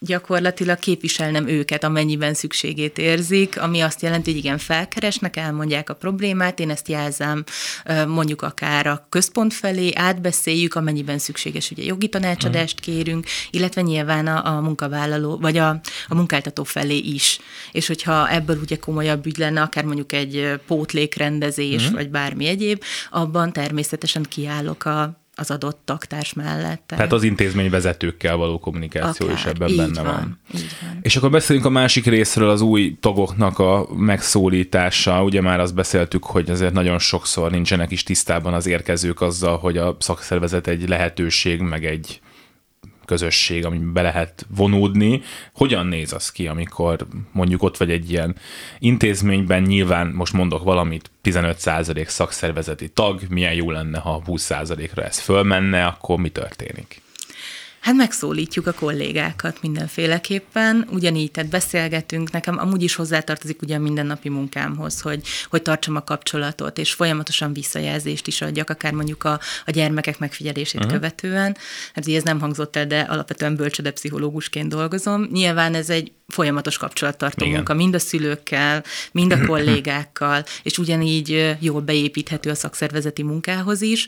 gyakorlatilag képviselnem őket, amennyiben szükségét érzik, ami azt jelenti, hogy igen, felkeresnek, elmondják a problémát, én ezt jelzem mondjuk akár a központ felé, átbeszéljük, amennyiben szükséges, ugye jogi tanácsadást kérünk, illetve nyilván a, a munkavállaló, vagy a, a munkáltató felé is. És hogyha ebből ugye komolyabb ügy lenne, akár mondjuk egy pótlékrendezés, mm. vagy bármi egyéb, abban természetesen kiállok a az adott tagtárs mellett. Tehát az intézményvezetőkkel való kommunikáció akár, is ebben így benne van, van. Így van. És akkor beszéljünk a másik részről, az új tagoknak a megszólítása. Ugye már azt beszéltük, hogy azért nagyon sokszor nincsenek is tisztában az érkezők azzal, hogy a szakszervezet egy lehetőség, meg egy közösség, amiben be lehet vonódni. Hogyan néz az ki, amikor mondjuk ott vagy egy ilyen intézményben, nyilván most mondok valamit, tizenöt százalék szakszervezeti tag, milyen jó lenne, ha húsz százalékra ez fölmenne, akkor mi történik? Hát megszólítjuk a kollégákat mindenféleképpen, ugyanígy, tehát beszélgetünk, nekem amúgy is hozzátartozik ugye a mindennapi munkámhoz, hogy, hogy tartsam a kapcsolatot, és folyamatosan visszajelzést is adjak, akár mondjuk a, a gyermekek megfigyelését uh-huh. követően. Hát ugye ez nem hangzott el, de alapvetően bölcsődepszichológusként dolgozom. Nyilván ez egy folyamatos kapcsolattartó Igen. munka, mind a szülőkkel, mind a kollégákkal, és ugyanígy jól beépíthető a szakszervezeti munkához is.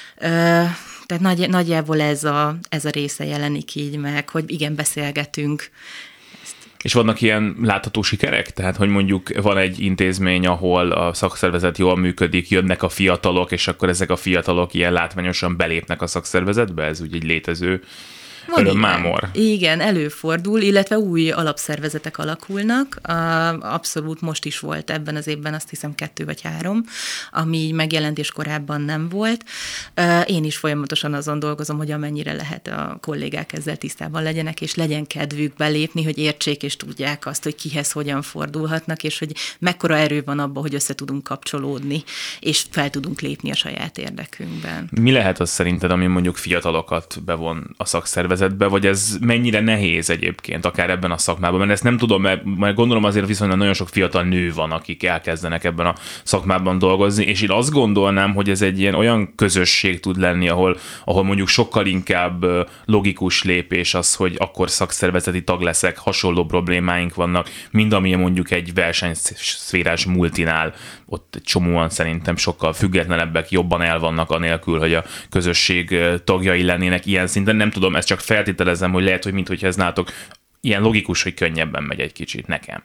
Tehát nagy, nagyjából ez a, ez a része jelenik így meg, hogy igen, beszélgetünk. Ezt. És vannak ilyen látható sikerek? Tehát, hogy mondjuk van egy intézmény, ahol a szakszervezet jól működik, jönnek a fiatalok, és akkor ezek a fiatalok ilyen látványosan belépnek a szakszervezetbe? Ez úgy egy létező örömmámor. Igen, előfordul, illetve új alapszervezetek alakulnak. Abszolút most is volt ebben az évben, azt hiszem kettő vagy három, ami megjelentés korábban nem volt. Én is folyamatosan azon dolgozom, hogy amennyire lehet a kollégák ezzel tisztában legyenek, és legyen kedvük belépni, hogy értsék és tudják azt, hogy kihez hogyan fordulhatnak, és hogy mekkora erő van abban, hogy össze tudunk kapcsolódni, és fel tudunk lépni a saját érdekünkben. Mi lehet az szerinted, ami mondjuk fiatalokat bevon a szakszervezetbe, vagy ez mennyire nehéz egyébként, akár ebben a szakmában? Mert ezt nem tudom, mert, mert gondolom azért viszonylag nagyon sok fiatal nő van, akik elkezdenek ebben a szakmában dolgozni, és én azt gondolnám, hogy ez egy ilyen olyan közösség tud lenni, ahol, ahol mondjuk sokkal inkább logikus lépés az, hogy akkor szakszervezeti tag leszek, hasonló problémáink vannak, mind amilyen mondjuk egy versenyszférás multinál, ott egy csomóan szerintem sokkal függetlenebbek, jobban el vannak anélkül, hogy a közösség tagjai lennének ilyen szinten. Nem tudom, ezt csak feltételezem, hogy lehet, hogy minthogyha ez nálatok ilyen logikus, hogy könnyebben megy egy kicsit nekem.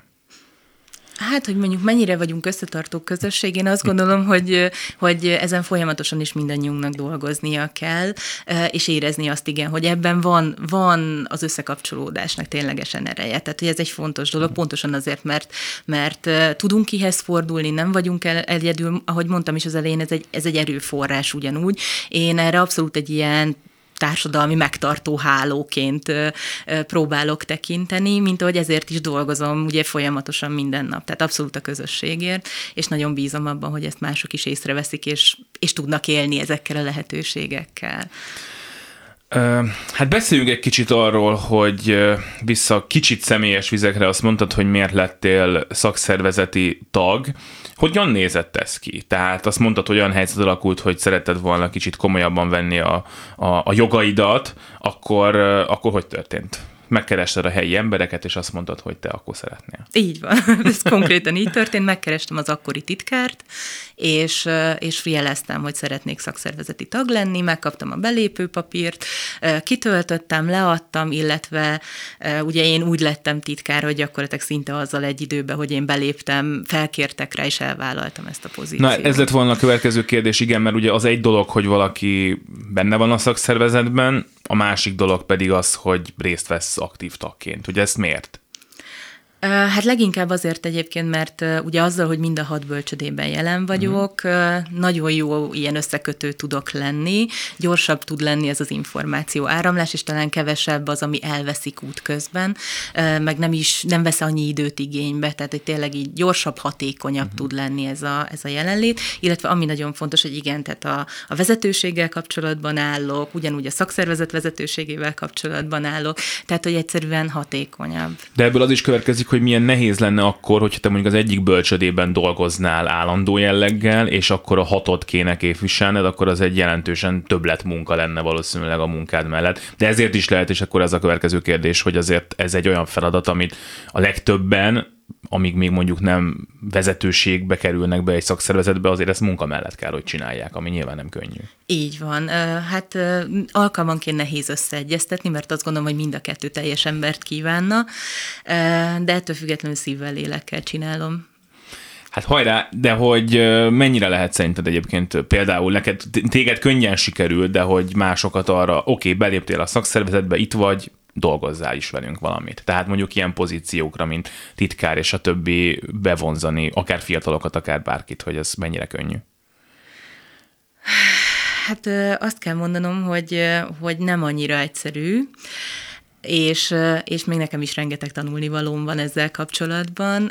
Hát, hogy mondjuk mennyire vagyunk összetartó közösség, én azt gondolom, hogy, hogy ezen folyamatosan is mindannyiunknak dolgoznia kell, és érezni azt igen, hogy ebben van, van az összekapcsolódásnak ténylegesen ereje. Tehát, hogy ez egy fontos dolog, pontosan azért, mert, mert tudunk kihez fordulni, nem vagyunk el, egyedül, ahogy mondtam is az elején, ez egy, ez egy erőforrás ugyanúgy. Én erre abszolút egy ilyen társadalmi megtartó hálóként próbálok tekinteni, mint ahogy ezért is dolgozom ugye folyamatosan minden nap. Tehát abszolút a közösségért, és nagyon bízom abban, hogy ezt mások is észreveszik, és, és tudnak élni ezekkel a lehetőségekkel. Hát beszéljünk egy kicsit arról, hogy vissza kicsit személyes vizekre azt mondtad, hogy miért lettél szakszervezeti tag. Hogyan nézett ez ki? Tehát azt mondtad, hogy olyan helyzet alakult, hogy szeretted volna kicsit komolyabban venni a, a, a jogaidat, akkor, akkor hogy történt? Megkerested a helyi embereket, és azt mondtad, hogy te akkor szeretnél. Így van, ez konkrétan így történt, megkerestem az akkori titkárt, és, és jeleztem, hogy szeretnék szakszervezeti tag lenni, megkaptam a belépőpapírt, kitöltöttem, leadtam, illetve ugye én úgy lettem titkár, hogy gyakorlatilag szinte azzal egy időben, hogy én beléptem, felkértek rá, és elvállaltam ezt a pozíciót. Na, ez lett volna a következő kérdés, igen, mert ugye az egy dolog, hogy valaki benne van a szakszervezetben, a másik dolog pedig az, hogy részt vesz aktív tagként. Ugye ezt miért? Hát leginkább azért egyébként, mert ugye azzal, hogy mind a hat bölcsödében jelen vagyok, uh-huh. nagyon jó ilyen összekötő tudok lenni, gyorsabb tud lenni ez az információ áramlás, és talán kevesebb az, ami elveszik út közben, meg nem is, nem vesz annyi időt igénybe, tehát hogy tényleg így gyorsabb, hatékonyabb uh-huh. tud lenni ez a, ez a jelenlét, illetve ami nagyon fontos, hogy igen, tehát a, a vezetőséggel kapcsolatban állok, ugyanúgy a szakszervezet vezetőségével kapcsolatban állok, tehát hogy egyszerűen hatékonyabb. De ebből az is következik, másik, hogy milyen nehéz lenne akkor, hogyha te mondjuk az egyik bölcsödében dolgoznál állandó jelleggel, és akkor a hatot kéne képviselned, akkor az egy jelentősen többlet munka lenne valószínűleg a munkád mellett. De ezért is lehet, és akkor ez a következő kérdés, hogy azért ez egy olyan feladat, amit a legtöbben, amíg még mondjuk nem vezetőségbe kerülnek be egy szakszervezetbe, azért ezt munka mellett kell, hogy csinálják, ami nyilván nem könnyű. Így van. Hát alkalmanként nehéz összeegyeztetni, mert azt gondolom, hogy mind a kettő teljes embert kívánna, de ettől függetlenül szívvel, lélekkel csinálom. Hát hajrá, de hogy mennyire lehet szerinted egyébként például neked, téged könnyen sikerül, de hogy másokat arra, oké, okay, beléptél a szakszervezetbe, itt vagy, dolgozzál is velünk valamit. Tehát mondjuk ilyen pozíciókra, mint titkár és a többi bevonzani, akár fiatalokat, akár bárkit, hogy ez mennyire könnyű. Hát azt kell mondanom, hogy, hogy nem annyira egyszerű, és, és még nekem is rengeteg tanulnivalóm van ezzel kapcsolatban.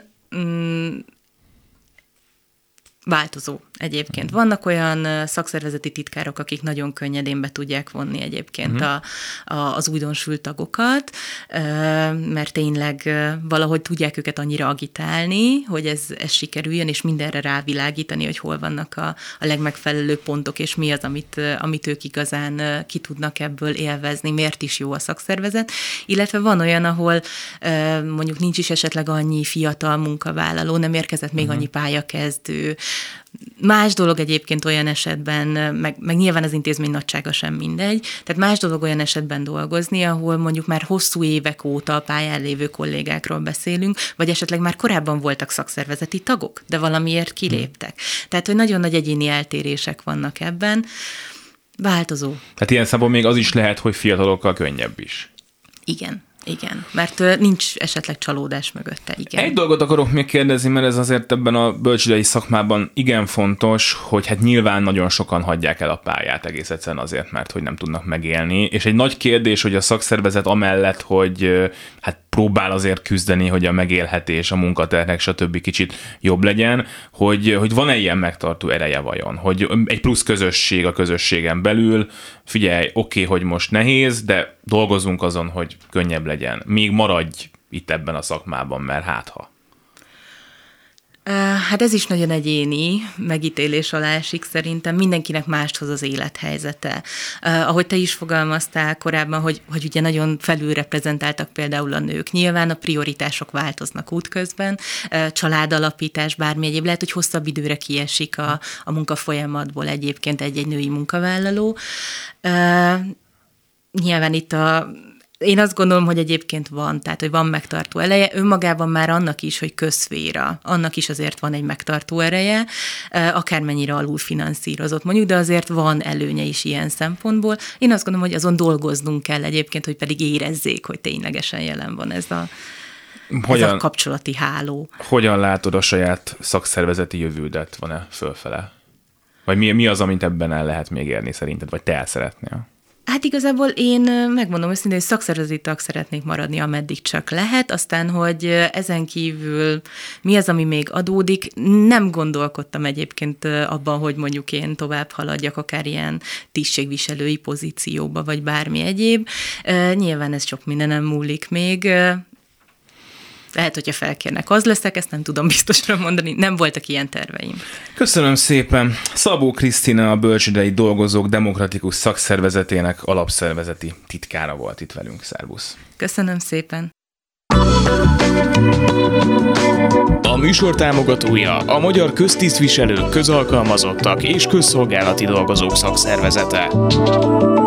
Változó egyébként. Vannak olyan szakszervezeti titkárok, akik nagyon könnyedén be tudják vonni egyébként uh-huh. a, a, az újdonsült tagokat, mert tényleg valahogy tudják őket annyira agitálni, hogy ez, ez sikerüljön, és mindenre rávilágítani, hogy hol vannak a, a legmegfelelőbb pontok, és mi az, amit, amit ők igazán ki tudnak ebből élvezni, miért is jó a szakszervezet. Illetve van olyan, ahol mondjuk nincs is esetleg annyi fiatal munkavállaló, nem érkezett még uh-huh. annyi pályakezdő. Más dolog egyébként olyan esetben, meg, meg nyilván az intézmény nagysága sem mindegy, tehát más dolog olyan esetben dolgozni, ahol mondjuk már hosszú évek óta a pályán lévő kollégákról beszélünk, vagy esetleg már korábban voltak szakszervezeti tagok, de valamiért kiléptek. Tehát, hogy nagyon nagy egyéni eltérések vannak ebben. Változó. Tehát ilyen szempontból még az is lehet, hogy fiatalokkal könnyebb is. Igen. Igen, mert nincs esetleg csalódás mögötte, igen. Egy dolgot akarok még kérdezni, mert ez azért ebben a bölcsődei szakmában igen fontos, hogy hát nyilván nagyon sokan hagyják el a pályát egész egyszerűen azért, mert hogy nem tudnak megélni, és egy nagy kérdés, hogy a szakszervezet amellett, hogy hát próbál azért küzdeni, hogy a megélhetés, a munkaterhek, stb. Kicsit jobb legyen, hogy, hogy van-e ilyen megtartó ereje vajon? Hogy egy plusz közösség a közösségen belül, figyelj, oké, okay, hogy most nehéz, de dolgozunk azon, hogy könnyebb legyen. Még maradj itt ebben a szakmában, mert hát ha. Hát ez is nagyon egyéni megítélés alá esik szerintem. Mindenkinek mást hoz az élethelyzete. Uh, ahogy te is fogalmaztál korábban, hogy, hogy ugye nagyon felülreprezentáltak például a nők. Nyilván a prioritások változnak útközben, uh, családalapítás, bármi egyéb. Lehet, hogy hosszabb időre kiesik a, a munkafolyamatból egyébként egy-egy női munkavállaló. Uh, nyilván itt a Én azt gondolom, hogy egyébként van, tehát, hogy van megtartó ereje, önmagában már annak is, hogy közszféra, annak is azért van egy megtartó ereje, akármennyire alulfinanszírozott mondjuk, de azért van előnye is ilyen szempontból. Én azt gondolom, hogy azon dolgoznunk kell egyébként, hogy pedig érezzék, hogy ténylegesen jelen van ez a, hogyan, ez a kapcsolati háló. Hogyan látod a saját szakszervezeti jövődet? Van-e fölfele? Vagy mi, mi az, amit ebben el lehet még érni szerinted, vagy te el szeretnél? Hát igazából én megmondom őszintén, hogy szakszervezeti tag szeretnék maradni, ameddig csak lehet, aztán, hogy ezen kívül mi az, ami még adódik, nem gondolkodtam egyébként abban, hogy mondjuk én tovább haladjak akár ilyen tisztségviselői pozícióba, vagy bármi egyéb. Nyilván ez sok mindenem múlik még. Lehet, hogyha felkérnek, az leszek, ezt nem tudom biztosra mondani, nem voltak ilyen terveim. Köszönöm szépen. Szabó Krisztina, a Bölcsődei Dolgozók Demokratikus Szakszervezetének alapszervezeti titkára volt itt velünk. Szervusz. Köszönöm szépen. A műsor támogatója a Magyar Köztisztviselők, Közalkalmazottak és Közszolgálati Dolgozók Szakszervezete.